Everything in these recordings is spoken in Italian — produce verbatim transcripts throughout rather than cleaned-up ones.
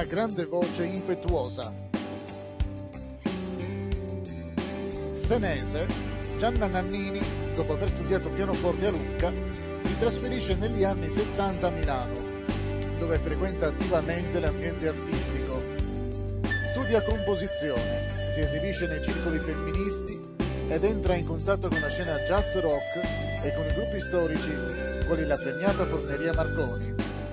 una grande voce impetuosa. Senese, Gianna Nannini, dopo aver studiato pianoforte a Lucca, si trasferisce negli anni settanta a Milano, dove frequenta attivamente l'ambiente artistico. Studia composizione, si esibisce nei circoli femministi ed entra in contatto con la scena jazz rock e con i gruppi storici quali la premiata Forneria Marconi.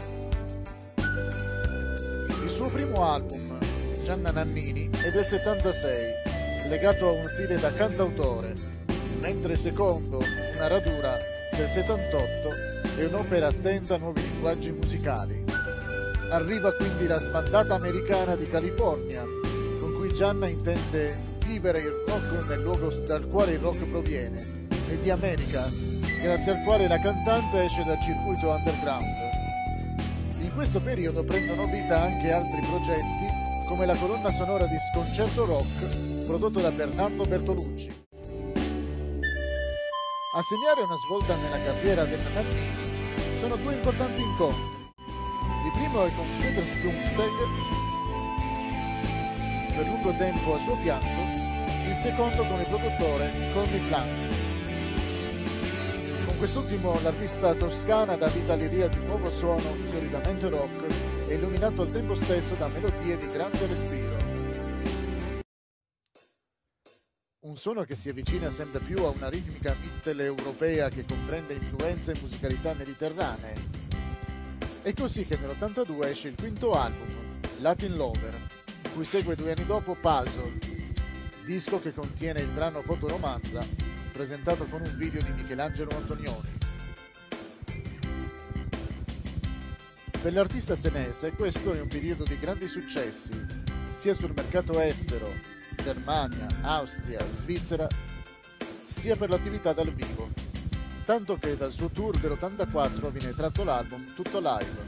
Il suo primo album, Gianna Nannini, è del settantasei, legato a uno stile da cantautore, mentre il secondo, Una radura, del settantotto, è un'opera attenta a nuovi linguaggi musicali. Arriva quindi la sbandata americana di California, con cui Gianna intende vivere il rock nel luogo dal quale il rock proviene, e di America, grazie al quale la cantante esce dal circuito underground. In questo periodo prendono vita anche altri progetti, come la colonna sonora di Sconcerto Rock, prodotto da Bernardo Bertolucci. A segnare una svolta nella carriera della Nannini sono due importanti incontri. Il primo è con Peter Stumsteg, per lungo tempo al suo fianco, il secondo con il produttore Conny Blanc. Con quest'ultimo l'artista toscana dà vita all'idea di un nuovo suono solidamente rock e illuminato al tempo stesso da melodie di grande respiro. Un suono che si avvicina sempre più a una ritmica mitteleuropea che comprende influenze e musicalità mediterranee. È così che nell'ottantadue esce il quinto album, Latin Lover, cui segue due anni dopo Puzzle, disco che contiene il brano Fotoromanza, presentato con un video di Michelangelo Antonioni. Per l'artista senese questo è un periodo di grandi successi, sia sul mercato estero, Germania, Austria, Svizzera, sia per l'attività dal vivo, tanto che dal suo tour dell'ottantaquattro viene tratto l'album Tutto Live.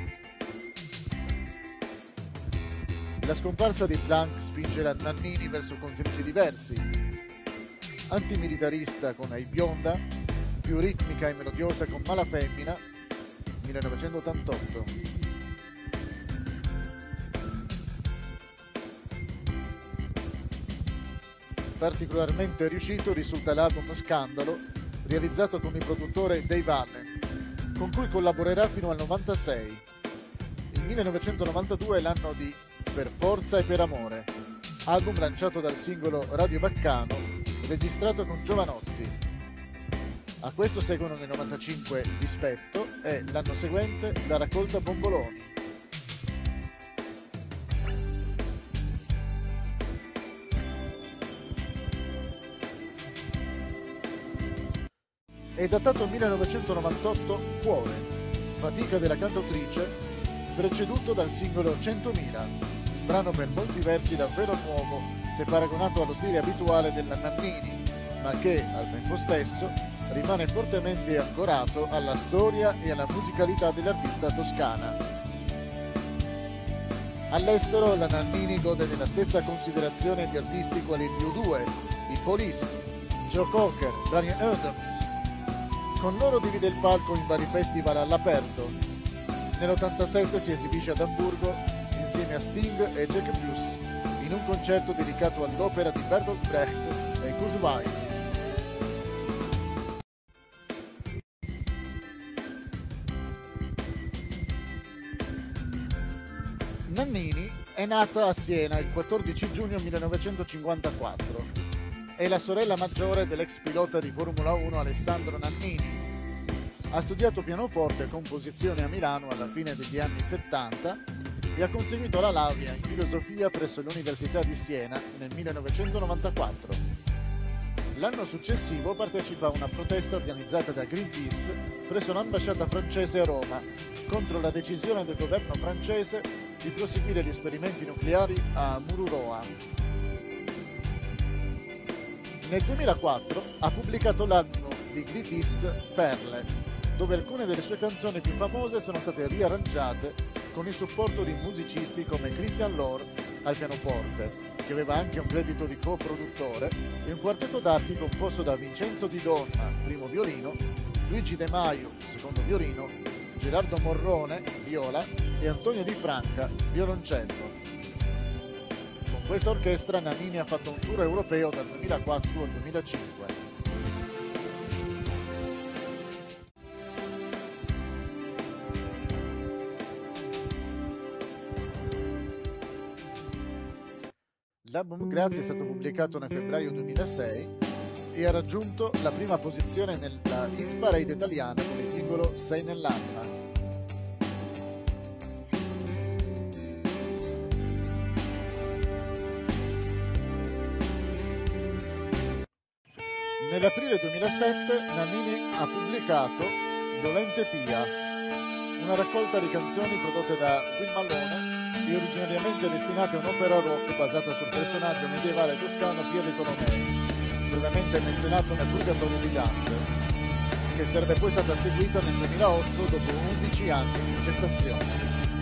La scomparsa di Blanc spinge la Nannini verso contenuti diversi, antimilitarista con Ai Bionda, più ritmica e melodiosa con Mala Femmina, millenovecentottantotto. Particolarmente riuscito risulta l'album Scandalo, realizzato con il produttore Dave Allen, con cui collaborerà fino al novantasei. Il millenovecentonovantadue è l'anno di Per forza e per amore, album lanciato dal singolo Radio Vaccano, registrato con Giovanotti. A questo seguono nel novantacinque Dispetto e l'anno seguente La raccolta Bomboloni. È datato millenovecentonovantotto Cuore, fatica della cantautrice, preceduto dal singolo centomila, brano per molti versi davvero nuovo se paragonato allo stile abituale della Nannini, ma che, al tempo stesso, rimane fortemente ancorato alla storia e alla musicalità dell'artista toscana. All'estero la Nannini gode della stessa considerazione di artisti quali gli U due, i Police, Joe Cocker, Bryan Adams. Con loro divide il palco in vari festival all'aperto. Nell'ottantasette si esibisce ad Amburgo insieme a Sting e Jack Bruce in un concerto dedicato all'opera di Bertolt Brecht e Kurt Weill. Nannini è nata a Siena il quattordici giugno millenovecentocinquantaquattro. È la sorella maggiore dell'ex pilota di Formula uno Alessandro Nannini. Ha studiato pianoforte e composizione a Milano alla fine degli anni settanta e ha conseguito la laurea in filosofia presso l'Università di Siena nel millenovecentonovantaquattro. L'anno successivo partecipa a una protesta organizzata da Greenpeace presso l'ambasciata francese a Roma contro la decisione del governo francese di proseguire gli esperimenti nucleari a Mururoa. Nel duemilaquattro ha pubblicato l'album di Greatest Perle, dove alcune delle sue canzoni più famose sono state riarrangiate con il supporto di musicisti come Christian Lor al pianoforte, che aveva anche un credito di coproduttore, e un quartetto d'archi composto da Vincenzo Di Donna, primo violino, Luigi De Maio, secondo violino, Gerardo Morrone, viola, e Antonio Di Franca, violoncello. Con questa orchestra Nannini ha fatto un tour europeo dal duemilaquattro al duemilacinque. L'album Grazie è stato pubblicato nel febbraio duemilasei e ha raggiunto la prima posizione nella hit parade italiana con il singolo Sei nell'anima. Nell'aprile duemilasette Nannini ha pubblicato Dolente Pia, una raccolta di canzoni prodotte da Will Malone e originariamente destinate a un'opera rock basata sul personaggio medievale toscano Pia dei Tolomei, brevemente menzionato nel Purgatorio di Dante, che sarebbe poi stata seguita nel duemilaotto dopo undici anni di gestazione.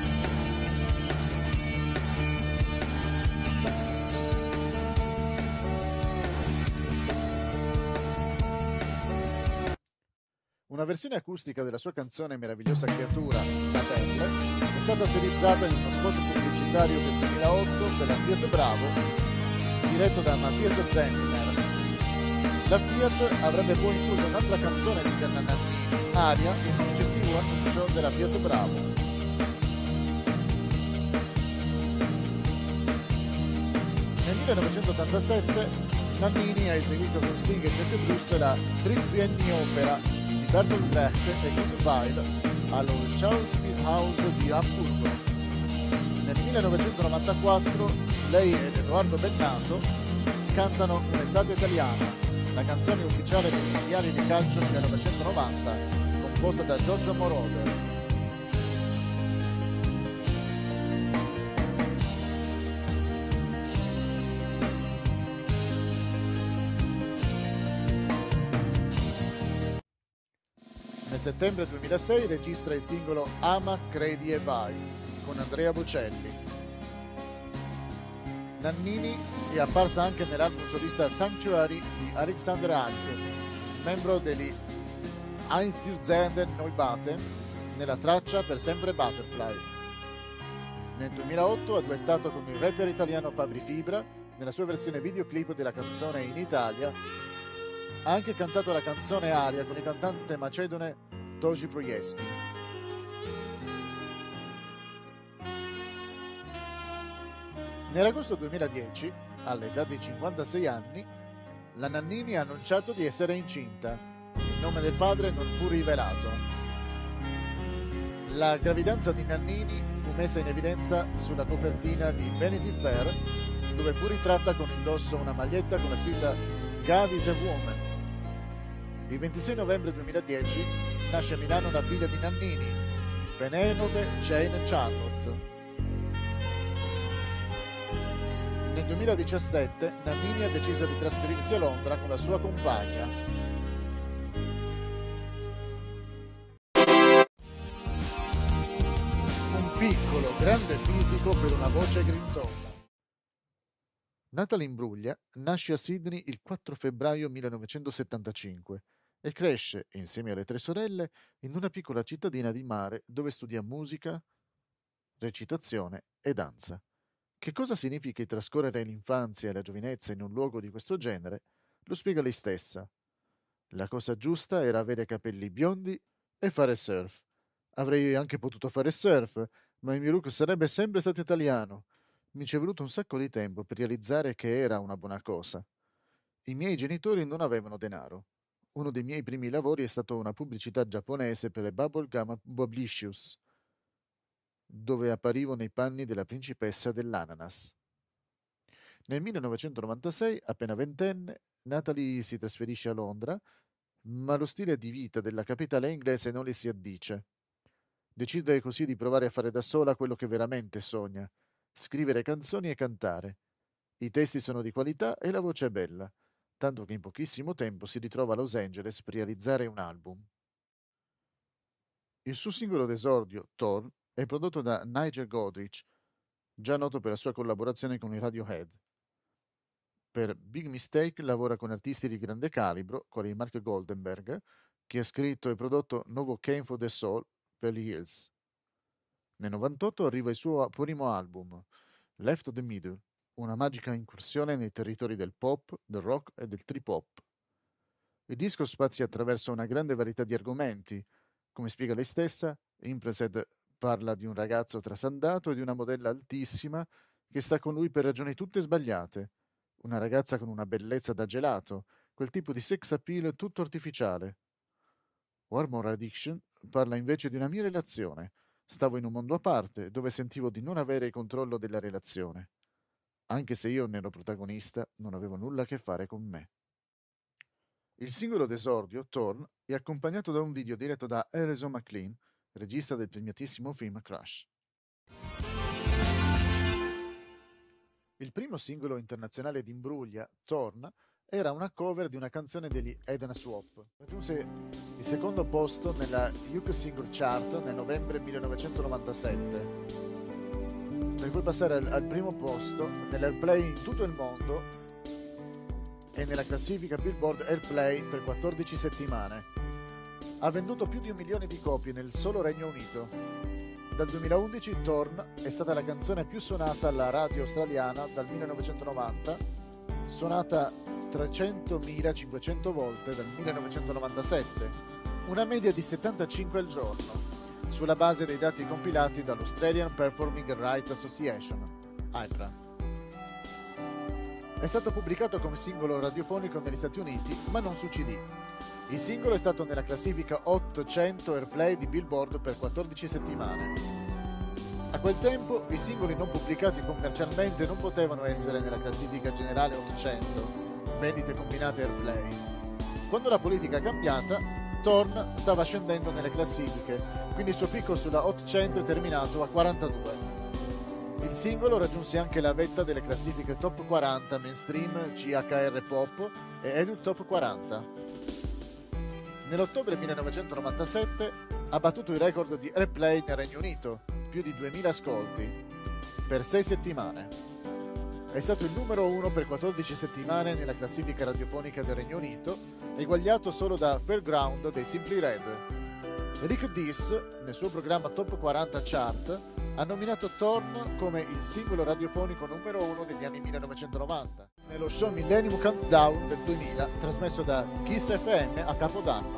Una versione acustica della sua canzone Meravigliosa creatura, La Perle, è stata utilizzata in uno spot pubblicitario del duemilaotto per la Fiat Bravo, diretto da Mattias Zentner. La Fiat avrebbe poi incluso un'altra canzone di Gianna Nannini, Aria, in un successivo annuncio della Fiat Bravo. Nel millenovecentottantasette Nannini ha eseguito con Sting e Jack Bruce la Triplienni Opera Bertolt Brecht e Kurt Weill allo Schauspielhaus di Hamburgo. Nel millenovecentonovantaquattro lei ed Edoardo Bennato cantano Un'estate italiana, la canzone ufficiale dei mondiali di calcio millenovecentonovanta, composta da Giorgio Moroder. Nel settembre duemilasei registra il singolo Ama, Credi e Vai con Andrea Bocelli. Nannini è apparsa anche nell'album solista Sanctuary di Alexander Hanke, membro degli Einstürzende Neubauten, nella traccia Per sempre Butterfly. Nel duemilaotto ha duettato con il rapper italiano Fabri Fibra nella sua versione videoclip della canzone In Italia. Ha anche cantato la canzone Aria con il cantante macedone Toji Proieski. Nell'agosto duemiladieci, all'età di cinquantasei anni, la Nannini ha annunciato di essere incinta. Il nome del padre non fu rivelato. La gravidanza di Nannini fu messa in evidenza sulla copertina di Vanity Fair, dove fu ritratta con indosso una maglietta con la scritta God is a Woman. Il ventisei novembre duemiladieci nasce a Milano la figlia di Nannini, Penelope Jane Charlotte. Nel duemiladiciassette Nannini ha deciso di trasferirsi a Londra con la sua compagna. Un piccolo, grande fisico per una voce grintosa. Natalie Imbruglia nasce a Sydney il quattro febbraio millenovecentosettantacinque e cresce, insieme alle tre sorelle, in una piccola cittadina di mare dove studia musica, recitazione e danza. Che cosa significhi trascorrere l'infanzia e la giovinezza in un luogo di questo genere, lo spiega lei stessa. La cosa giusta era avere capelli biondi e fare surf. Avrei anche potuto fare surf, ma il mio look sarebbe sempre stato italiano. Mi ci è voluto un sacco di tempo per realizzare che era una buona cosa. I miei genitori non avevano denaro. Uno dei miei primi lavori è stato una pubblicità giapponese per le Bubblegum Bubblicious, dove apparivo nei panni della principessa dell'ananas. Nel millenovecentonovantasei, appena ventenne, Natalie si trasferisce a Londra, ma lo stile di vita della capitale inglese non le si addice. Decide così di provare a fare da sola quello che veramente sogna: scrivere canzoni e cantare. I testi sono di qualità e la voce è bella, tanto che in pochissimo tempo si ritrova a Los Angeles per realizzare un album. Il suo singolo d'esordio, Torn, è prodotto da Nigel Godrich, già noto per la sua collaborazione con i Radiohead. Per Big Mistake lavora con artisti di grande calibro, quali Mark Goldenberg, che ha scritto e prodotto Novocaine for the Soul Beverly Hills. Nel novantotto arriva il suo primo album, Left of the Middle, una magica incursione nei territori del pop, del rock e del trip-hop. Il disco spazia attraverso una grande varietà di argomenti. Come spiega lei stessa, Impressed parla di un ragazzo trasandato e di una modella altissima che sta con lui per ragioni tutte sbagliate. Una ragazza con una bellezza da gelato, quel tipo di sex appeal tutto artificiale. War More Addiction parla invece di una mia relazione. Stavo in un mondo a parte, dove sentivo di non avere il controllo della relazione. Anche se io ne ero protagonista, non avevo nulla a che fare con me. Il singolo d'esordio, Torn, è accompagnato da un video diretto da Harrison McLean, regista del premiatissimo film Crash. Il primo singolo internazionale di Imbruglia, Torn, era una cover di una canzone degli Eden Swap. Raggiunse il secondo posto nella U K Single Chart nel novembre millenovecentonovantasette, per poi passare al, al primo posto nell'Airplay in tutto il mondo e nella classifica Billboard Airplay per quattordici settimane. Ha venduto più di un milione di copie nel solo Regno Unito. Dal duemilaundici Torn è stata la canzone più suonata alla radio australiana dal millenovecentonovanta, suonata trecentomilacinquecento volte dal millenovecentonovantasette, una media di settantacinque al giorno, sulla base dei dati compilati dall'Australian Performing Rights Association, A I P R A. È stato pubblicato come singolo radiofonico negli Stati Uniti, ma non su C D. Il singolo è stato nella classifica ottocento Airplay di Billboard per quattordici settimane. A quel tempo i singoli non pubblicati commercialmente non potevano essere nella classifica generale ottocento, vendite combinate Airplay. Quando la politica è cambiata, Torn stava scendendo nelle classifiche, quindi il suo picco sulla ottocento è terminato a quarantadue. Il singolo raggiunse anche la vetta delle classifiche Top quaranta Mainstream, C H R Pop e Edu Top quaranta. Nell'ottobre millenovecentonovantasette ha battuto il record di Airplay nel Regno Unito, più di duemila ascolti, per sei settimane. È stato il numero uno per quattordici settimane nella classifica radiofonica del Regno Unito, eguagliato solo da Fairground dei Simply Red. Rick Dees, nel suo programma Top quaranta Chart, ha nominato Torn come il singolo radiofonico numero uno degli anni millenovecentonovanta, nello show Millennium Countdown del duemila, trasmesso da Kiss F M a Capodanno.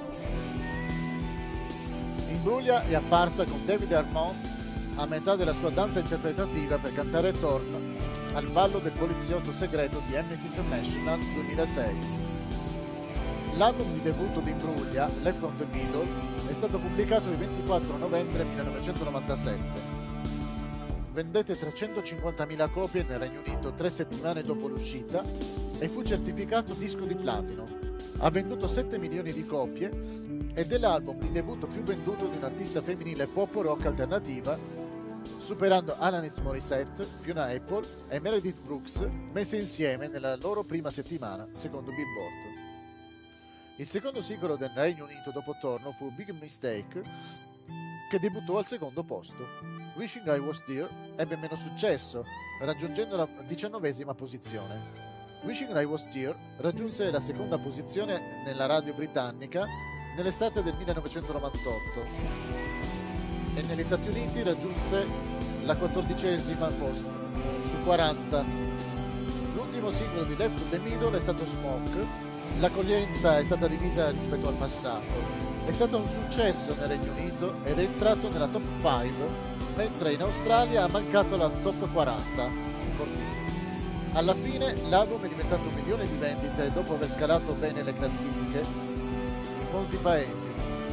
Imbruglia è apparsa con David Armond a metà della sua danza interpretativa per cantare Torn al ballo del poliziotto segreto di Amnesty International duemilasei. L'album di debutto di Imbruglia, Left of the Middle, è stato pubblicato il ventiquattro novembre millenovecentonovantasette. Vendette trecentocinquantamila copie nel Regno Unito tre settimane dopo l'uscita e fu certificato disco di platino. Ha venduto sette milioni di copie ed è l'album di debutto più venduto di un'artista femminile pop rock alternativa, superando Alanis Morissette, Fiona Apple e Meredith Brooks messe insieme nella loro prima settimana, secondo Billboard. Il secondo singolo del Regno Unito dopo Torn fu Big Mistake, che debuttò al secondo posto. Wishing I Was There ebbe meno successo, raggiungendo la diciannovesima posizione. Wishing I Was There raggiunse la seconda posizione nella radio britannica nell'estate del millenovecentonovantotto e negli Stati Uniti raggiunse la quattordicesima posto su quaranta. L'ultimo singolo di Left of the Middle è stato Smoke. L'accoglienza è stata divisa rispetto al passato. È stato un successo nel Regno Unito ed è entrato nella top cinque, mentre in Australia ha mancato la top quaranta. Alla fine l'album è diventato un milione di vendite dopo aver scalato bene le classifiche in molti paesi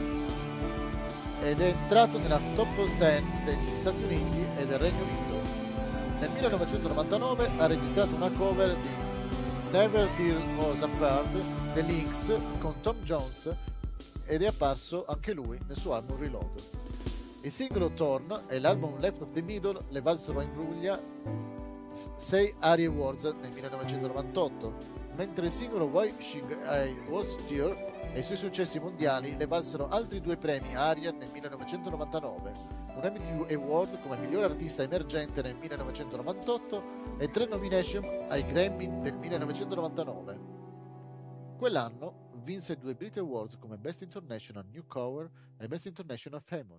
ed è entrato nella top dieci degli Stati Uniti e del Regno Unito. Nel millenovecentonovantanove ha registrato una cover di Never Tear Us Apart degli X con Tom Jones ed è apparso anche lui nel suo album Reload. Il singolo Torn e l'album Left of the Middle le valsero a Imbruglia sei Arie Awards nel millenovecentonovantotto, mentre il singolo Wishing I Was Here e i suoi successi mondiali le valsero altri due premi Aria nel millenovecentonovantanove, un M T V Award come miglior artista emergente nel millenovecentonovantotto e tre nomination ai Grammy del millenovecentonovantanove. quell'anno vinse due Brit Awards come Best International New Cover e Best International Female.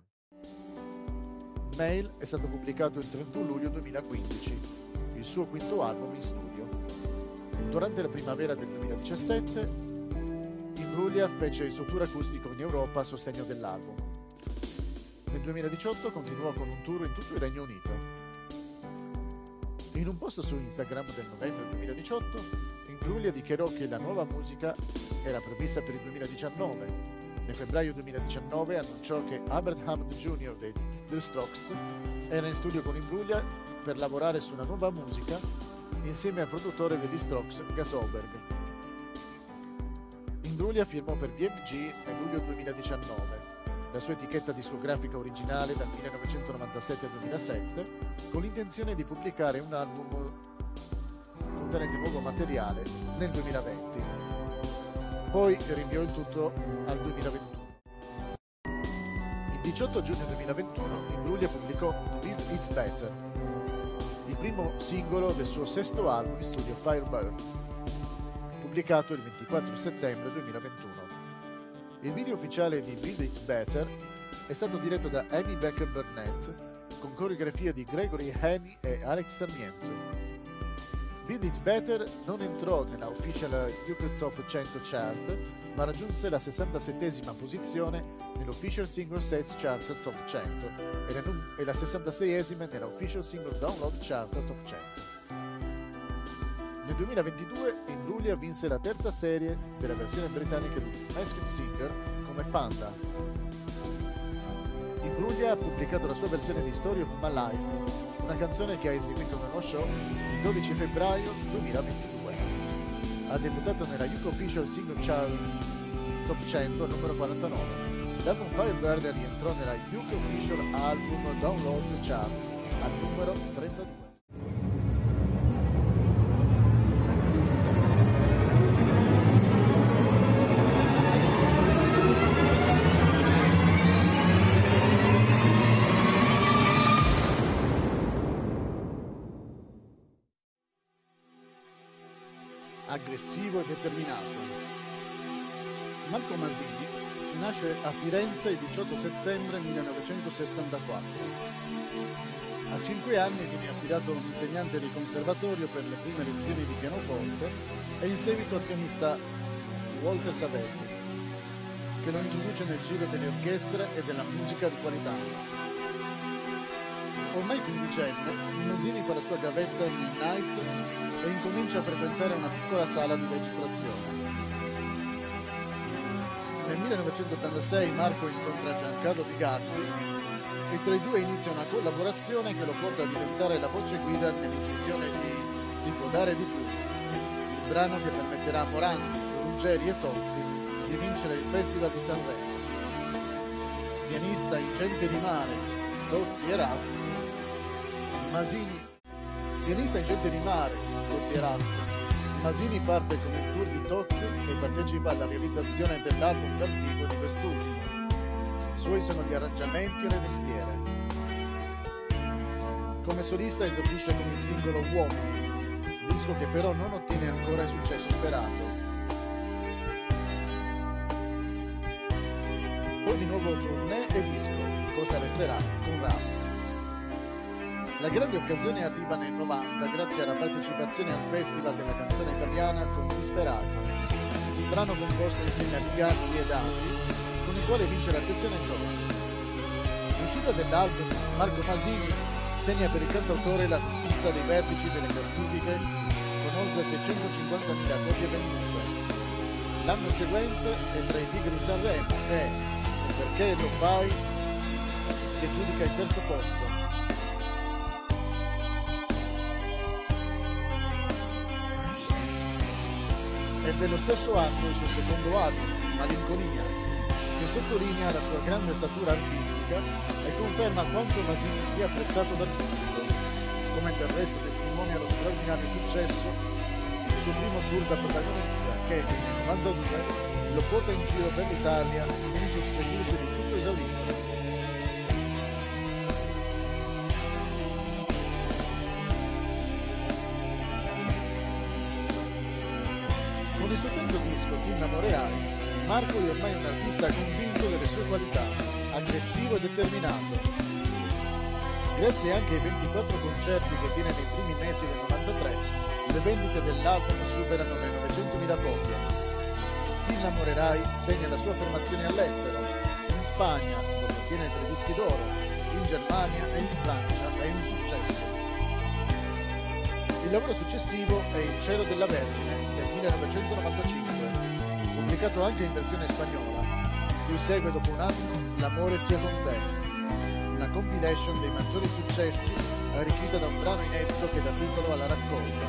Male è stato pubblicato il trentuno luglio duemilaquindici, il suo quinto album in studio. Durante la primavera del duemiladiciassette, Imbruglia fece il suo tour acustico in Europa a sostegno dell'album. Nel duemiladiciotto continuò con un tour in tutto il Regno Unito. In un post su Instagram del novembre duemiladiciotto, Imbruglia dichiarò che la nuova musica era prevista per il duemiladiciannove. Nel febbraio duemiladiciannove annunciò che Albert Hammond junior dei The Strokes era in studio con Imbruglia per lavorare su una nuova musica insieme al produttore degli Strokes, Gus Oberg. Imbruglia firmò per B M G nel luglio duemiladiciannove, la sua etichetta discografica originale dal millenovecentonovantasette al duemilasette, con l'intenzione di pubblicare un album contenente nuovo materiale nel duemilaventi. Poi rinviò il tutto al duemilaventuno. Il diciotto giugno duemilaventuno Imbruglia pubblicò Build It Better, il primo singolo del suo sesto album in studio Firebird, pubblicato il ventiquattro settembre duemilaventuno. Il video ufficiale di Build It Better è stato diretto da Amy Becker Burnett, con coreografia di Gregory Haney e Alex Sarmiento. Build It Better non entrò nella Official U K Top cento Chart, ma raggiunse la sessantasettesima posizione nell'Official Single Sales Chart Top cento e la, e la sessantaseiesima nella Official Single Download Chart Top cento. Nel duemilaventidue Imbruglia vinse la terza serie della versione britannica di Masked Singer come Panda. Imbruglia ha pubblicato la sua versione di Story of My Life, una canzone che ha eseguito nello show il dodici febbraio duemilaventidue. Ha debuttato nella U K Official Single Chart Top cento al numero quarantanove. L'album Firebird rientrò nella U K Official Album Downloads Chart al numero trentadue. Aggressivo e determinato. Marco Masini nasce a Firenze il diciotto settembre millenovecentosessantaquattro. A cinque anni viene affidato a un insegnante di conservatorio per le prime lezioni di pianoforte e in seguito al pianista Walter Savelli, che lo introduce nel giro delle orchestre e della musica di qualità. Ormai quindicenne, Masini fa la sua gavetta nel night e incomincia a frequentare una piccola sala di registrazione. Nel millenovecentottantasei Marco incontra Giancarlo Bigazzi e tra i due inizia una collaborazione che lo porta a diventare la voce guida nell'inclusione di Si può dare di più, il brano che permetterà a Morandi, Ruggeri e Tozzi di vincere il Festival di Sanremo. Pianista in Gente di Mare, Tozzi e Raff, Masini Pianista in Gente di Mare, Tozzi e Raff, Masini parte con il tour di Tozzi e partecipa alla realizzazione dell'album dal vivo di quest'ultimo. Suoi sono gli arrangiamenti e le tastiere. Come solista esordisce con il singolo Uomini, disco che però non ottiene ancora il successo sperato. Poi di nuovo tournée e disco, Cosa resterà con Raff. La grande occasione arriva nel novanta grazie alla partecipazione al Festival della canzone italiana con Disperato, un brano composto insieme a Bigazzi e Dati, con il quale vince la sezione giovani. L'uscita dell'album Marco Masini segna per il cantautore la conquista dei vertici delle classifiche con oltre seicentocinquantamila copie vendute. L'anno seguente è tra i Tigri di Sanremo e, perché lo fai, si aggiudica il terzo posto. È dello stesso anno il suo secondo album, Malinconia, che sottolinea la sua grande statura artistica e conferma quanto Masini sia apprezzato dal pubblico, come del resto testimonia lo straordinario successo del suo primo tour da protagonista, che nel novantadue lo porta in giro per l'Italia con un susseguirsi di tutto esaurito. Con il suo terzo disco, Ti innamorerai, Marco è ormai un artista convinto delle sue qualità, aggressivo e determinato. Grazie anche ai ventiquattro concerti che tiene nei primi mesi del novantatré, le vendite dell'album superano le novecentomila copie. Ti innamorerai segna la sua affermazione all'estero, in Spagna, dove ottiene tre dischi d'oro, in Germania e in Francia è un successo. Il lavoro successivo è Il cielo della Vergine del millenovecentonovantacinque, pubblicato anche in versione spagnola, cui segue dopo un anno L'amore sia con te, una compilation dei maggiori successi arricchita da un brano inedito che dà titolo alla raccolta.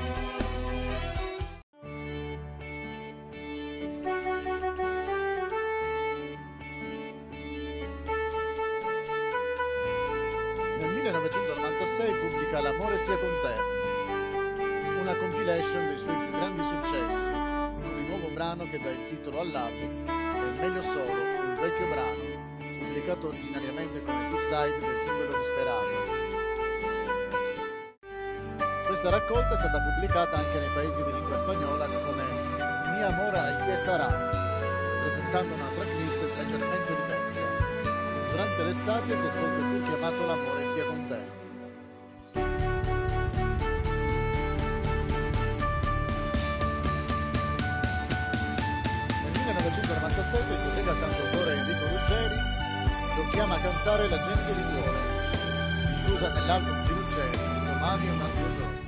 Nel millenovecentonovantasei pubblica L'amore sia con te, una compilation dei suoi più grandi successi, con il nuovo brano che dà il titolo all'album e Meglio solo, un vecchio brano, pubblicato originariamente come B-side del singolo Disperato. Questa raccolta è stata pubblicata anche nei paesi di lingua spagnola come Mi amora y que sarà, presentando una tracklist leggermente diversa. Durante l'estate si ascolta il più chiamato L'amore sia con te. Nel millenovecentonovantasette il collega cantautore Enrico Ruggeri lo chiama a cantare La gente di cuore, inclusa nell'album di Ruggeri, Domani è un altro giorno.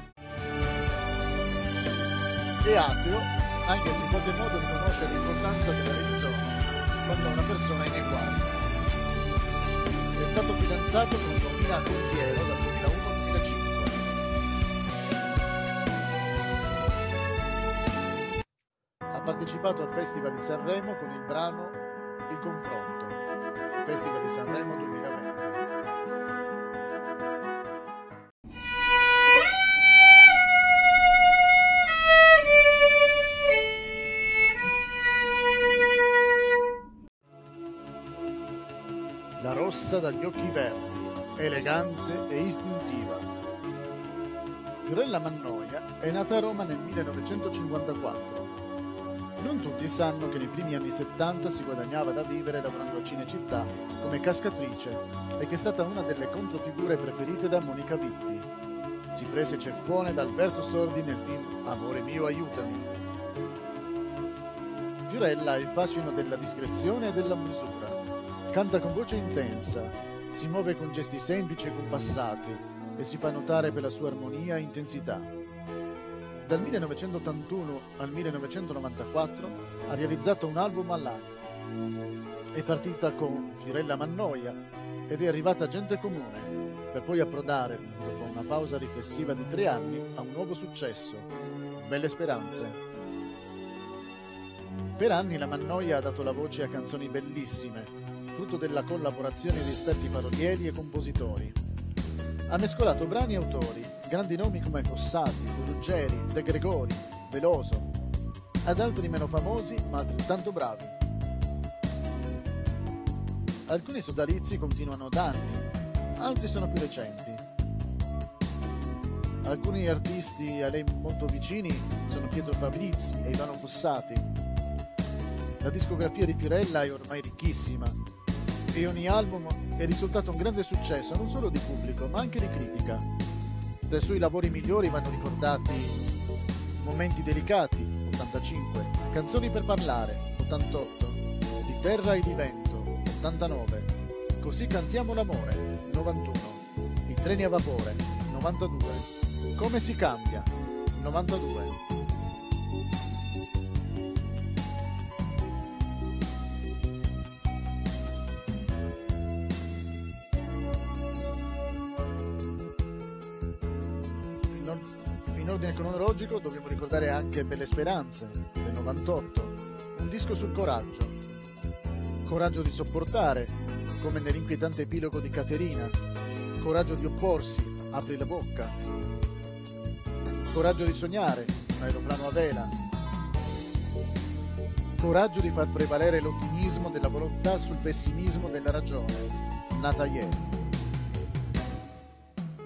È ateo, anche se in qualche modo riconosce l'importanza della religione quando una persona è nei guai. È stato fidanzato con Romina Contiero dal duemilauno al duemilacinque. Ha partecipato al Festival di Sanremo con il brano Il confronto, Festival di Sanremo duemilaventi. La rossa dagli occhi verdi, elegante e istintiva. Fiorella Mannoia è nata a Roma nel millenovecentocinquantaquattro. Non tutti sanno che nei primi anni settanta si guadagnava da vivere lavorando a Cinecittà come cascatrice e che è stata una delle controfigure preferite da Monica Vitti. Si prese ceffone da Alberto Sordi nel film Amore mio aiutami. Fiorella ha il fascino della discrezione e della misura. Canta con voce intensa, si muove con gesti semplici e compassati e si fa notare per la sua armonia e intensità. Dal millenovecentottantuno al millenovecentonovantaquattro ha realizzato un album all'anno. È partita con Fiorella Mannoia ed è arrivata Gente comune, per poi approdare, dopo una pausa riflessiva di tre anni, a un nuovo successo, Belle speranze. Per anni la Mannoia ha dato la voce a canzoni bellissime, frutto della collaborazione di esperti parolieri e compositori. Ha mescolato brani e autori, grandi nomi come Fossati, Ruggeri, De Gregori, Veloso, ad altri meno famosi ma altrettanto bravi. Alcuni sodalizi continuano da anni, altri sono più recenti. Alcuni artisti a lei molto vicini sono Pietro Fabrizi e Ivano Fossati. La discografia di Fiorella è ormai ricchissima e ogni album è risultato un grande successo non solo di pubblico ma anche di critica. Tra i suoi lavori migliori vanno ricordati Momenti delicati, ottantacinque, Canzoni per parlare, ottantotto, Di terra e di vento, ottantanove, Così cantiamo l'amore, novantuno, I treni a vapore, novantadue, Come si cambia, novantadue. In ordine cronologico dobbiamo ricordare anche Belle speranze del novantotto, un disco sul coraggio. Coraggio di sopportare, come nell'inquietante epilogo di Caterina. Coraggio di opporsi, Apri la bocca. Coraggio di sognare, Aeroplano a vela. Coraggio di far prevalere l'ottimismo della volontà sul pessimismo della ragione, Nata ieri.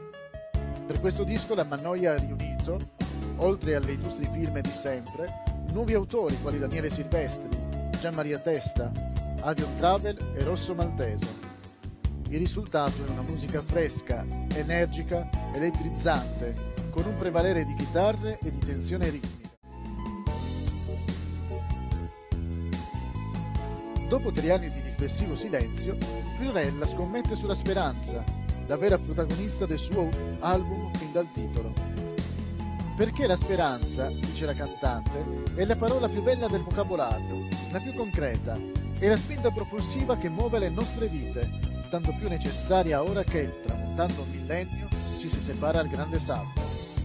Per questo disco la Mannoia ha riunito, oltre alle illustri firme di sempre, Nuovi autori quali Daniele Silvestri, Gian Maria Testa, Avion Travel e Rosso Maltese. Il risultato è una musica fresca, energica, elettrizzante, con un prevalere di chitarre e di tensione ritmica. Dopo tre anni di riflessivo silenzio, Fiorella scommette sulla speranza, la vera protagonista del suo album fin dal titolo. Perché la speranza, dice la cantante, è la parola più bella del vocabolario, la più concreta, è la spinta propulsiva che muove le nostre vite, tanto più necessaria ora che, tramontando un millennio, ci si separa al grande salto.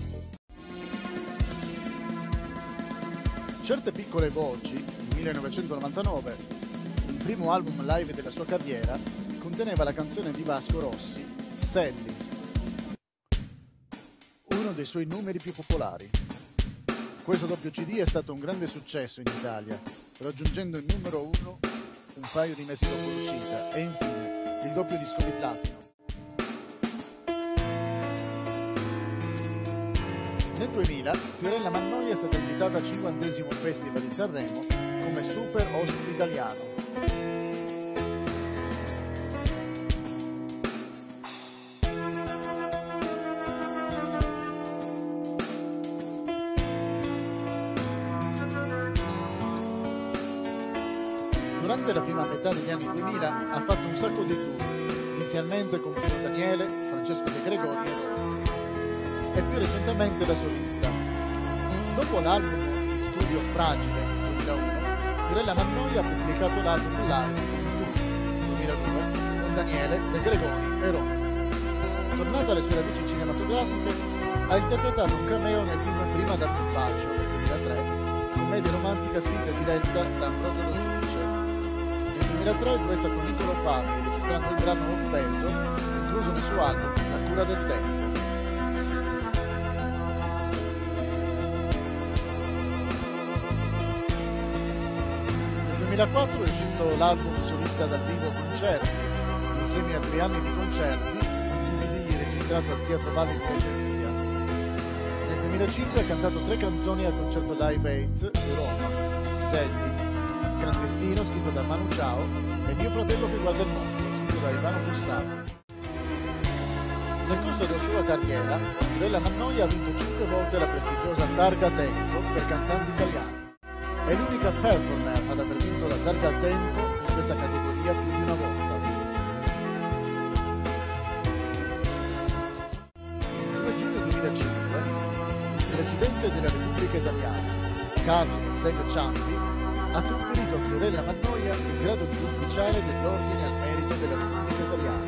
Certe piccole voci, nel millenovecentonovantanove, il primo album live della sua carriera, conteneva la canzone di Vasco Rossi, Sally, uno dei suoi numeri più popolari. Questo doppio C D è stato un grande successo in Italia, raggiungendo il numero uno un paio di mesi dopo l'uscita e infine il doppio disco di platino. Nel duemila Fiorella Mannoia è stata invitata al cinquantesimo Festival di Sanremo come super host italiano. Durante la prima metà degli anni duemila ha fatto un sacco di tour, inizialmente con Pino Daniele, Francesco De Gregori e Roma, e più recentemente da solista. Dopo l'album in studio Fragile nel duemilauno, Fiorella Mannoia ha pubblicato l'album live duemiladue con Daniele, De Gregori e Roma. Tornata alle sue radici cinematografiche, ha interpretato un cameo nel film Prima dammi un bacio del duemilatré, commedia romantica scritta e diretta da Ambrogio Lo Giudice. Nel duemilatré duetta con Niccolò Fabbri registrando il brano Offeso, incluso nel suo album La cura del tempo. Nel duemilaquattro è uscito l'album solista dal vivo Concerti, insieme a tre anni di concerti, un D V D registrato al Teatro Valle di Reggio Emilia. Nel duemilacinque ha cantato tre canzoni al concerto Live Aid di Roma, Sally, Clandestino scritto da Manu Chao e Mio fratello che guarda il mondo scritto da Ivano Bussati. Nel corso della sua carriera, Fiorella Mannoia ha vinto cinque volte la prestigiosa Targa Tempo per cantanti italiani. È l'unica performer ad aver vinto la Targa Tempo in questa categoria più di una volta. Il due giugno duemilacinque, il Presidente della Repubblica Italiana, Carlo Azeglio Ciampi, ha conferito a Fiorella Mannoia il grado di ufficiale dell'Ordine al Merito della Repubblica Italiana.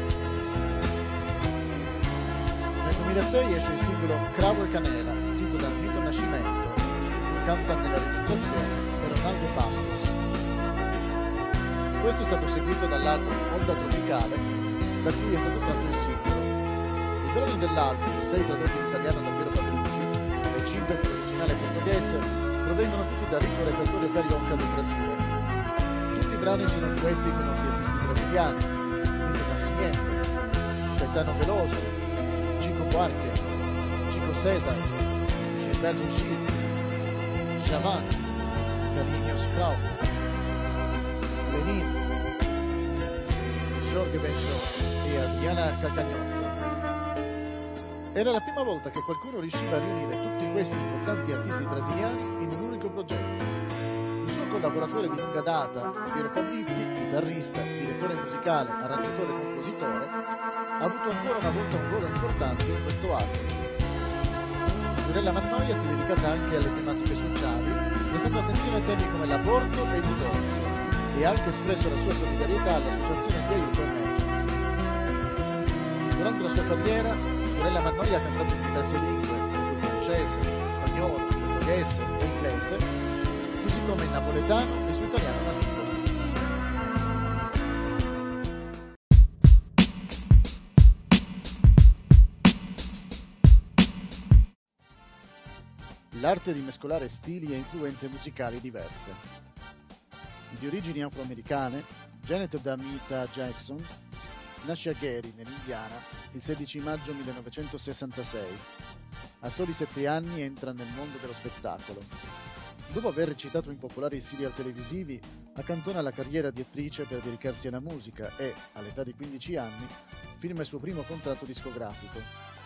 Nel duemilasei esce il singolo Cravo e Canela, scritto da Enrico Nascimento, che canta nella registrazione per Ronaldo Bastos. Questo è stato seguito dall'album Onda Tropicale, da cui è stato tratto il singolo. I brani dell'album, sei tradotti in italiano da Piero Fabrizi e cinque in originale portoghese, provengono tutti dal ricco repertorio carioca del Brasile. Tutti i brani sono duetti con altri artisti brasiliani, Nino Nascimento, Caetano Veloso, Chico Buarque, Chico César, Gilberto Gil, Xamã, Carlinhos Brau, Lenin, Jorge Benjor e Adriana Calcagnotto. Era la prima volta che qualcuno riusciva a riunire tutti questi importanti artisti brasiliani in un unico progetto. Il suo collaboratore di lunga data, Piero Fabrizi, chitarrista, direttore musicale, arrangiatore e compositore, ha avuto ancora una volta un ruolo importante in questo album. Fiorella Mannoia si è dedicata anche alle tematiche sociali, prestando attenzione a temi come l'aborto e il divorzio, e ha anche espresso la sua solidarietà all'associazione di aiuto Emergency. Durante la sua carriera, Fiorella Mannoia ha cantato in diverse lingue, come francese, spagnolo, portoghese e inglese, così come in napoletano e su italiano nativo. L'arte di mescolare stili e influenze musicali diverse. Di origini afroamericane, Janet Damita Jackson nasce a Gary, nell'Indiana, il sedici maggio millenovecentosessantasei. A soli sette anni entra nel mondo dello spettacolo. Dopo aver recitato in popolari serial televisivi, accantona la carriera di attrice per dedicarsi alla musica e, all'età di quindici anni, firma il suo primo contratto discografico.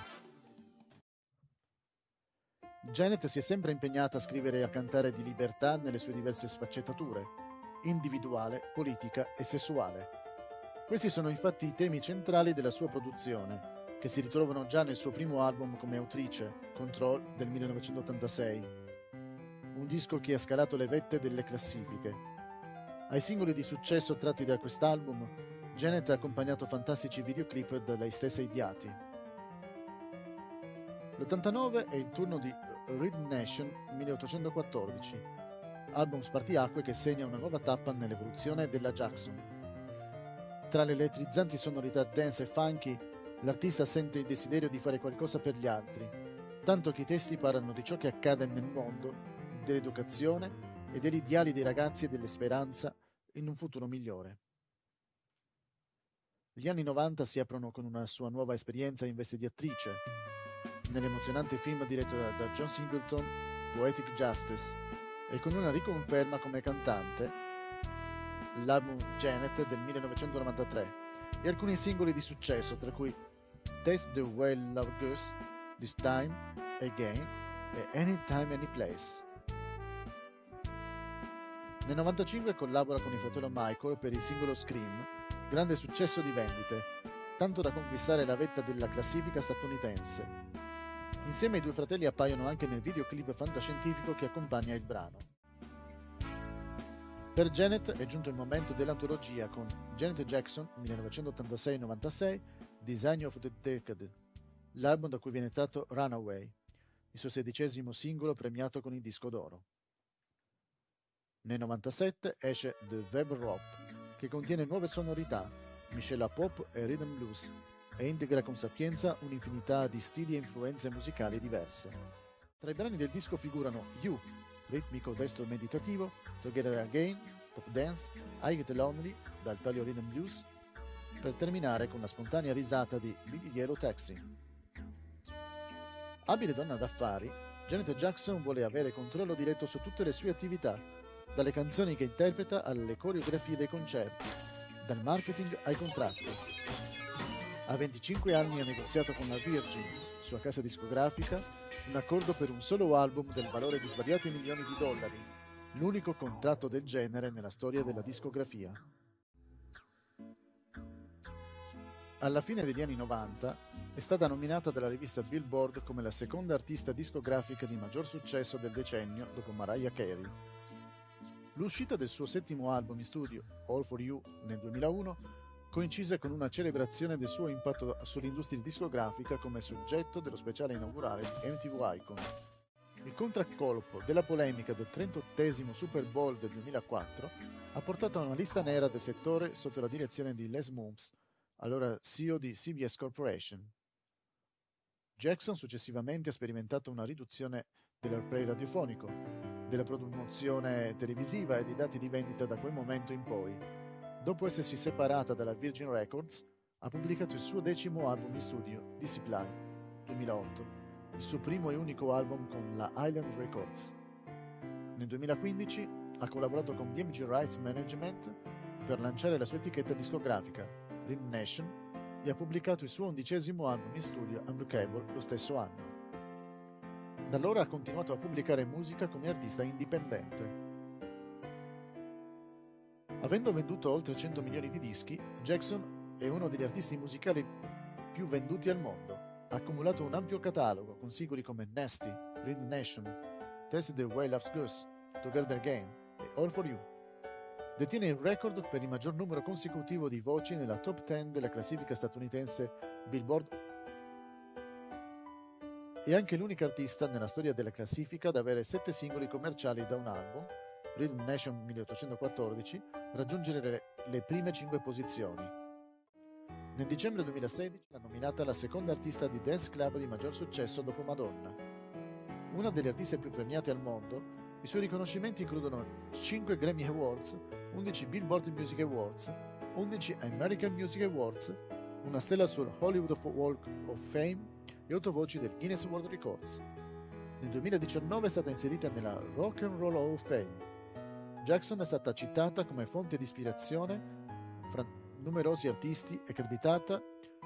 Janet si è sempre impegnata a scrivere e a cantare di libertà nelle sue diverse sfaccettature, individuale, politica e sessuale. Questi sono infatti i temi centrali della sua produzione, che si ritrovano già nel suo primo album come autrice, Control del millenovecentottantasei, un disco che ha scalato le vette delle classifiche. Ai singoli di successo tratti da quest'album, Janet ha accompagnato fantastici videoclip da lei stessa ideati. L'ottantanove è il turno di Rhythm Nation milleottocentoquattordici, album spartiacque che segna una nuova tappa nell'evoluzione della Jackson. Tra le elettrizzanti sonorità dance e funky, l'artista sente il desiderio di fare qualcosa per gli altri, tanto che i testi parlano di ciò che accade nel mondo, dell'educazione e degli ideali dei ragazzi e della speranza in un futuro migliore. Gli anni novanta si aprono con una sua nuova esperienza in veste di attrice, nell'emozionante film diretto da, da John Singleton, Poetic Justice, e con una riconferma come cantante, l'album Janet del millenovecentonovantatré, e alcuni singoli di successo, tra cui Taste the Way Love Goes, This Time, Again e Anytime Anyplace. Nel novantacinque collabora con il fratello Michael per il singolo Scream, grande successo di vendite, tanto da conquistare la vetta della classifica statunitense. Insieme i due fratelli appaiono anche nel videoclip fantascientifico che accompagna il brano. Per Janet è giunto il momento dell'antologia con Janet Jackson millenovecentottantasei novantasei, Design of the Decade, l'album da cui viene tratto Runaway, il suo sedicesimo singolo premiato con il disco d'oro. Nel novantasette esce The Web Rop, che contiene nuove sonorità, miscela pop e rhythm blues, e integra con sapienza un'infinità di stili e influenze musicali diverse. Tra i brani del disco figurano You, ritmico testo meditativo, Together Again, pop dance, I Get Lonely, dal taglio rhythm blues, per terminare con la spontanea risata di Big Yellow Taxi. Abile donna d'affari, Janet Jackson vuole avere controllo diretto su tutte le sue attività, dalle canzoni che interpreta alle coreografie dei concerti, dal marketing ai contratti. A venticinque anni ha negoziato con la Virgin, sua casa discografica, un accordo per un solo album del valore di svariati milioni di dollari, l'unico contratto del genere nella storia della discografia. Alla fine degli anni novanta è stata nominata dalla rivista Billboard come la seconda artista discografica di maggior successo del decennio dopo Mariah Carey. L'uscita del suo settimo album in studio, All For You, nel duemilauno, coincise con una celebrazione del suo impatto sull'industria discografica come soggetto dello speciale inaugurale di M T V Icon. Il contraccolpo della polemica del trentottesimo Super Bowl del duemilaquattro ha portato a una lista nera del settore sotto la direzione di Les Moonves, allora C E O di C B S Corporation. Jackson successivamente ha sperimentato una riduzione dell'airplay radiofonico, della promozione televisiva e dei dati di vendita da quel momento in poi. Dopo essersi separata dalla Virgin Records, ha pubblicato il suo decimo album in studio, Discipline, duemilaotto, il suo primo e unico album con la Island Records. Nel duemilaquindici ha collaborato con B M G Rights Management per lanciare la sua etichetta discografica, Rhythm Nation, e ha pubblicato il suo undicesimo album in studio, Unbreakable, lo stesso anno. Da allora ha continuato a pubblicare musica come artista indipendente. Avendo venduto oltre cento milioni di dischi, Jackson è uno degli artisti musicali più venduti al mondo. Ha accumulato un ampio catalogo con singoli come Nasty, Rhythm Nation, Taste the Way Love Goes, Together Again e All For You. Detiene il record per il maggior numero consecutivo di voci nella top dieci della classifica statunitense Billboard. È anche l'unica artista nella storia della classifica ad avere sette singoli commerciali da un album, Rhythm Nation milleottocentoquattordici, raggiungere le, le prime cinque posizioni. Nel dicembre duemilasedici l'ha nominata la seconda artista di dance club di maggior successo dopo Madonna. Una delle artiste più premiate al mondo, i suoi riconoscimenti includono cinque Grammy Awards, undici Billboard Music Awards, undici American Music Awards, una stella sul Hollywood Walk of Fame e otto voci del Guinness World Records. Nel duemiladiciannove è stata inserita nella Rock and Roll Hall of Fame. Jackson è stata citata come fonte di ispirazione fra numerosi artisti e accreditata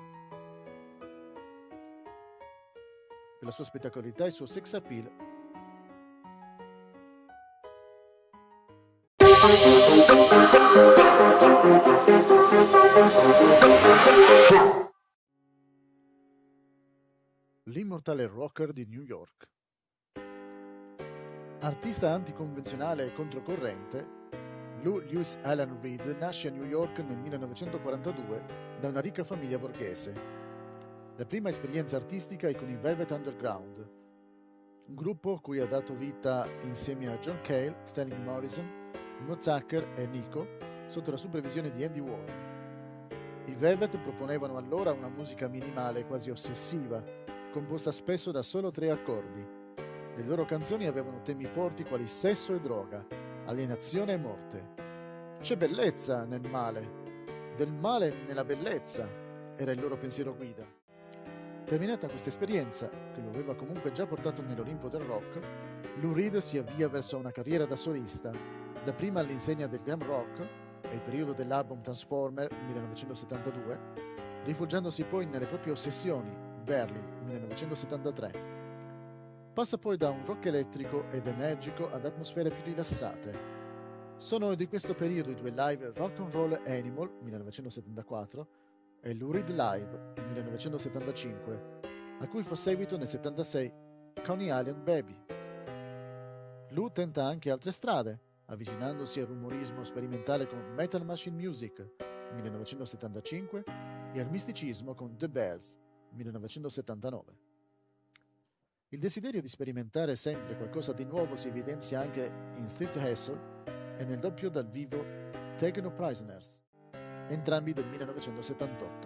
per la sua spettacolarità e il suo sex appeal. L'immortale rocker di New York. Artista anticonvenzionale e controcorrente, Lou Lewis Allen Reed nasce a New York nel millenovecentoquarantadue da una ricca famiglia borghese. La prima esperienza artistica è con i Velvet Underground, un gruppo cui ha dato vita insieme a John Cale, Stanley Morrison, Mo Tucker e Nico, sotto la supervisione di Andy Warhol. I Velvet proponevano allora una musica minimale quasi ossessiva, composta spesso da solo tre accordi. Le loro canzoni avevano temi forti quali sesso e droga, alienazione e morte. C'è bellezza nel male, del male nella bellezza, era il loro pensiero guida. Terminata questa esperienza, che lo aveva comunque già portato nell'Olimpo del rock, Lou Reed si avvia verso una carriera da solista, dapprima all'insegna del glam rock, e il periodo dell'album Transformer millenovecentosettantadue, rifugiandosi poi nelle proprie ossessioni, Berlin millenovecentosettantatré. Passa poi da un rock elettrico ed energico ad atmosfere più rilassate. Sono di questo periodo i due live Rock and Roll Animal millenovecentosettantaquattro e Lou Reed Live millenovecentosettantacinque, a cui fa seguito nel settantasei Coney Island Baby. Lou tenta anche altre strade, avvicinandosi al rumorismo sperimentale con Metal Machine Music millenovecentosettantacinque e al misticismo con The Bells millenovecentosettantanove. Il desiderio di sperimentare sempre qualcosa di nuovo si evidenzia anche in Street Hustle e nel doppio dal vivo Take No Prisoners, entrambi del millenovecentosettantotto.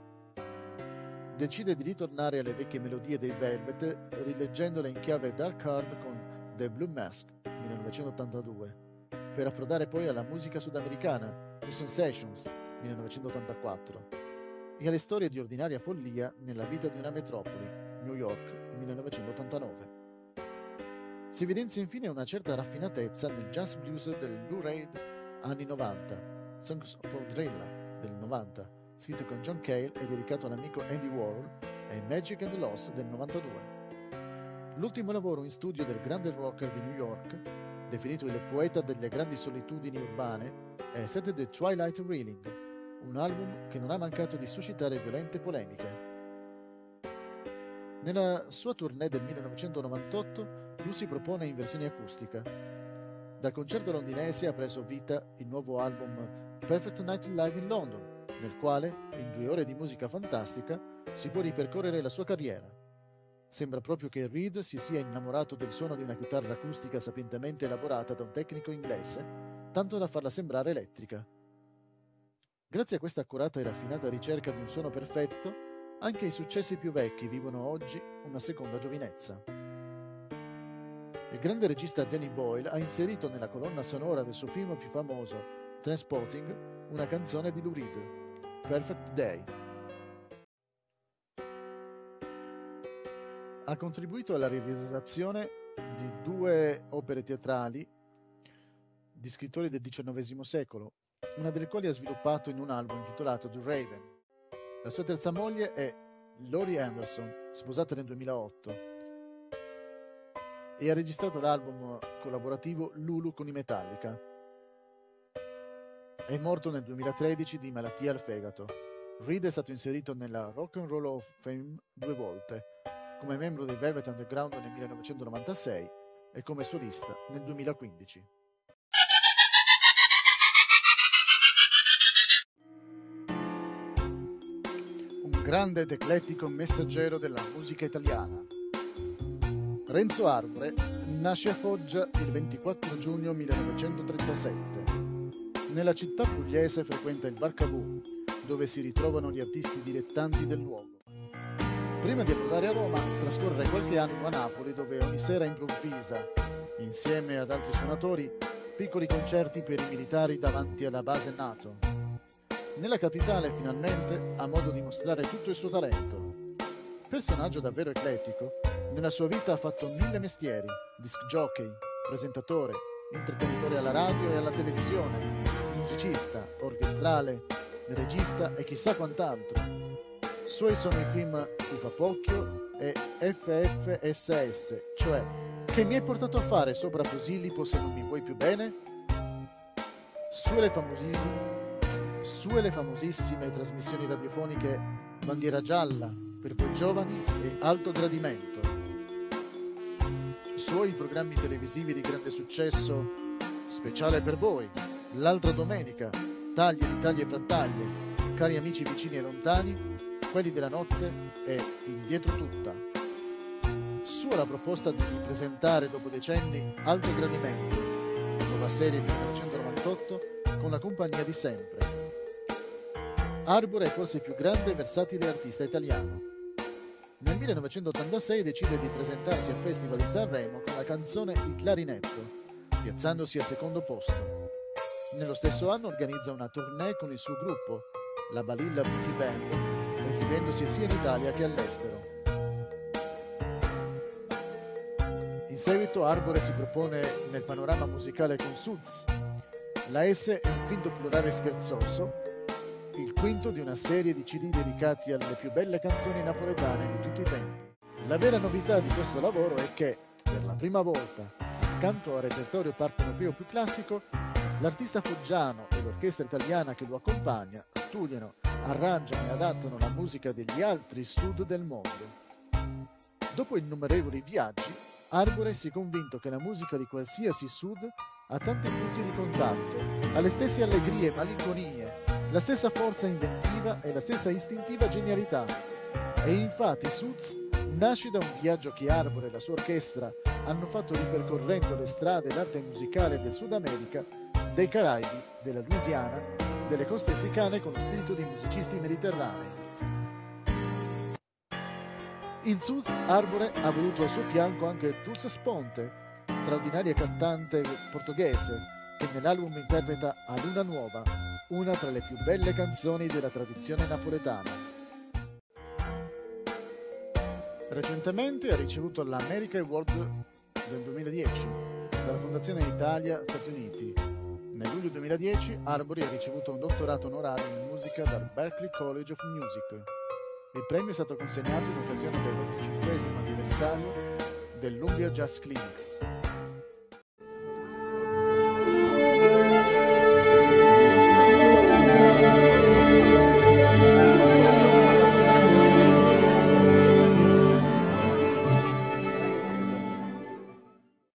Decide di ritornare alle vecchie melodie dei Velvet, rileggendole in chiave dark hard con The Blue Mask millenovecentottantadue, per approdare poi alla musica sudamericana The Sensations millenovecentottantaquattro e alle storie di ordinaria follia nella vita di una metropoli, New York millenovecentottantanove. Si evidenzia infine una certa raffinatezza nel jazz blues del Lou Reed anni novanta, Songs for Drilla del novanta, scritto con John Cale e dedicato all'amico Andy Warhol, e Magic and the Loss del novantadue. L'ultimo lavoro in studio del grande rocker di New York, definito il poeta delle grandi solitudini urbane, è Saturday Twilight Reeling, un album che non ha mancato di suscitare violente polemiche. Nella sua tournée del millenovecentonovantotto, Lou si propone in versione acustica. Dal concerto londinese ha preso vita il nuovo album Perfect Night Live in London, nel quale, in due ore di musica fantastica, si può ripercorrere la sua carriera. Sembra proprio che Reed si sia innamorato del suono di una chitarra acustica sapientemente elaborata da un tecnico inglese, tanto da farla sembrare elettrica. Grazie a questa accurata e raffinata ricerca di un suono perfetto, anche i successi più vecchi vivono oggi una seconda giovinezza. Il grande regista Danny Boyle ha inserito nella colonna sonora del suo film più famoso, Trainspotting, una canzone di Lou Reed, Perfect Day. Ha contribuito alla realizzazione di due opere teatrali di scrittori del diciannovesimo secolo, una delle quali ha sviluppato in un album intitolato The Raven. La sua terza moglie è Laurie Anderson, sposata nel duemilaotto, e ha registrato l'album collaborativo Lulu con i Metallica. È morto nel duemilatredici di malattia al fegato. Reed è stato inserito nella Rock and Roll of Fame due volte, come membro dei Velvet Underground nel millenovecentonovantasei e come solista nel duemilaquindici. Grande ed eclettico messaggero della musica italiana. Renzo Arbore nasce a Foggia il ventiquattro giugno millenovecentotrentasette. Nella città pugliese frequenta il Bar Cavour, dove si ritrovano gli artisti dilettanti del luogo. Prima di approdare a Roma, trascorre qualche anno a Napoli, dove ogni sera improvvisa, insieme ad altri suonatori, piccoli concerti per i militari davanti alla base NATO. Nella capitale, finalmente, ha modo di mostrare tutto il suo talento. personaggio davvero eclettico, nella sua vita ha fatto mille mestieri: disc jockey, presentatore, intrattenitore alla radio e alla televisione, musicista, orchestrale, regista e chissà quant'altro. Suoi sono i film Ti fa Pocchio e F F S S, cioè Che mi hai portato a fare sopra Posillipo se non mi vuoi più bene? Sue le famosissime, sue le famosissime trasmissioni radiofoniche Bandiera Gialla, Per voi giovani e Alto Gradimento. I suoi programmi televisivi di grande successo Speciale per voi, L'altra domenica, Taglie di taglie e frattaglie, Cari amici vicini e lontani, Quelli della notte e Indietro tutta. Sua la proposta di ripresentare dopo decenni Alto Gradimento, nuova serie millenovecentonovantotto con la compagnia di sempre. Arbore è forse il più grande e versatile artista italiano. Nel millenovecentottantasei decide di presentarsi al Festival di Sanremo con la canzone Il Clarinetto, piazzandosi al secondo posto. Nello stesso anno organizza una tournée con il suo gruppo, la Balilla Boogie Band, esibendosi sia in Italia che all'estero. In seguito Arbore si propone nel panorama musicale con Suds. La S è un finto plurale scherzoso, il quinto di una serie di C D dedicati alle più belle canzoni napoletane di tutti i tempi. La vera novità di questo lavoro è che, per la prima volta, accanto al repertorio partenopeo più classico, l'artista foggiano e l'orchestra italiana che lo accompagna studiano, arrangiano e adattano la musica degli altri sud del mondo. Dopo innumerevoli viaggi, Arbore si è convinto che la musica di qualsiasi sud ha tanti punti di contatto, ha le stesse allegrie e malinconie, la stessa forza inventiva e la stessa istintiva genialità. E infatti Suds nasce da un viaggio che Arbore e la sua orchestra hanno fatto ripercorrendo le strade e l'arte musicale del Sud America, dei Caraibi, della Louisiana, delle coste africane con spirito di musicisti mediterranei. In Suds, Arbore ha voluto al suo fianco anche Dulce Sponte, straordinaria cantante portoghese, che nell'album interpreta A Luna Nuova, una tra le più belle canzoni della tradizione napoletana. Recentemente ha ricevuto l'America Award del duemiladieci dalla Fondazione Italia-Stati Uniti. Nel luglio duemiladieci Arbore ha ricevuto un dottorato onorario in musica dal Berklee College of Music. Il premio è stato consegnato in occasione del venticinquesimo anniversario dell'Umbria Jazz Clinics.